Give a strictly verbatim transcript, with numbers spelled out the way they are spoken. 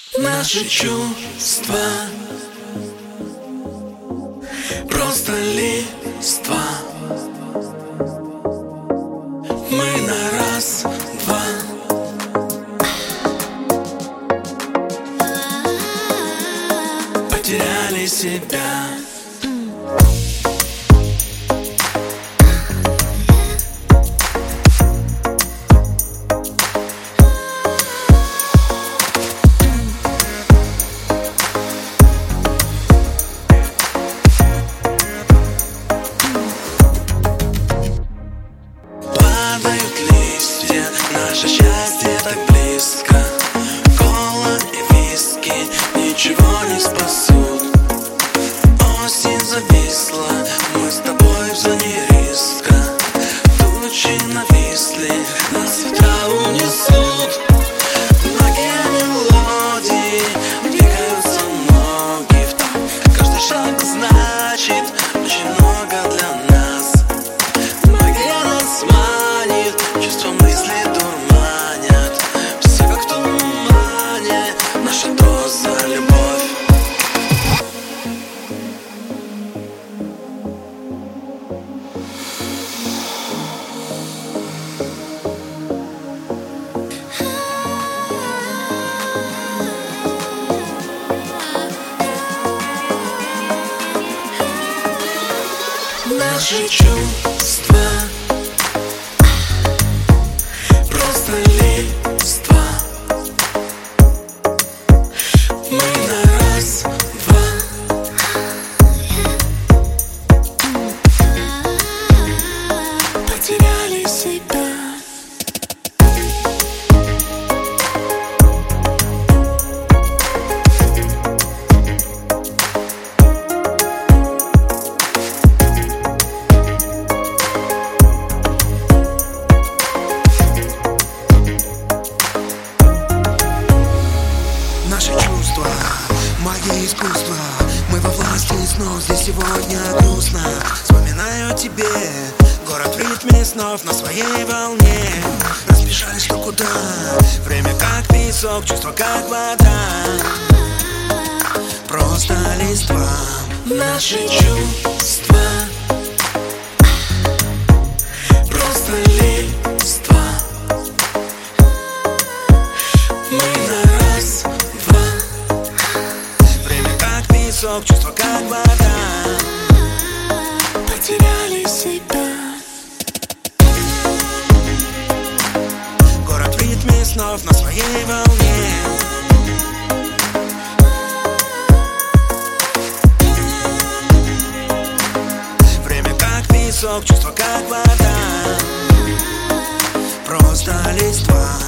Наши чувства просто листва. Мы на раз-два. Потеряли себя. Падают листья, наше счастье так близко. Кола и виски ничего не спасут. Осень зависла, мы с тобой в зоне риска. Тучи нависли, нас ветра унесут. Многие мелодии, двигаются ноги в такт. Каждый шаг значит очень много для нас. Магия нас манит, чувства мысли дурманят. Все как в тумане, наша доза любовь. Наши чувства просто листва. Мы на раз-два. Потеряли себя. Наши чувства, магия искусства. Мы во власти снов, здесь сегодня грустно. Вспоминаю о тебе, город в ритме снов, на своей волне. Разбежались кто куда, время как песок, чувства как вода. Просто листва. Наши чувства просто листва. Мы на раз-два. Время как песок, чувства как вода. Потеряли себя. Город в ритме снов, на своей волне. Время как песок, чувства как вода. Просто листва.